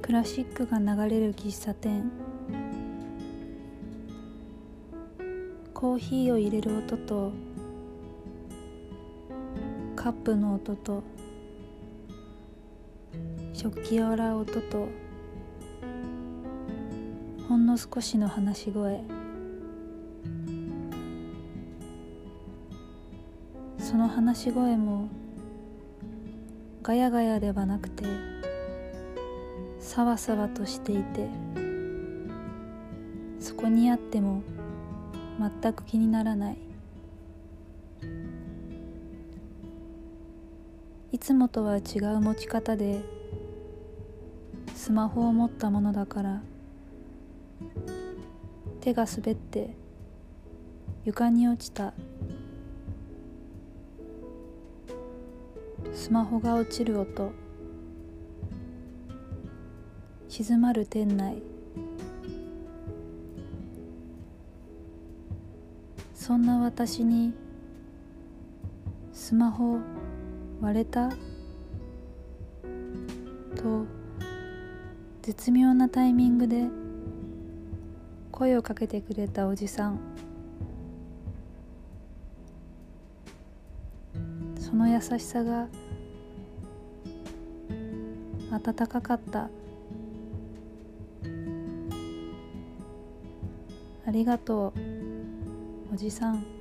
クラシックが流れる喫茶店。コーヒーを入れる音とカップの音と食器を洗う音とほんの少しの話し声。その話し声もガヤガヤではなくてさわさわとしていて、そこにあっても全く気にならない。いつもとは違う持ち方でスマホを持ったものだから手が滑って床に落ちた。スマホが落ちる音、静まる店内。そんな私にスマホ割れたと絶妙なタイミングで声をかけてくれたおじさん。その優しさが温かかった。ありがとう、おじさん。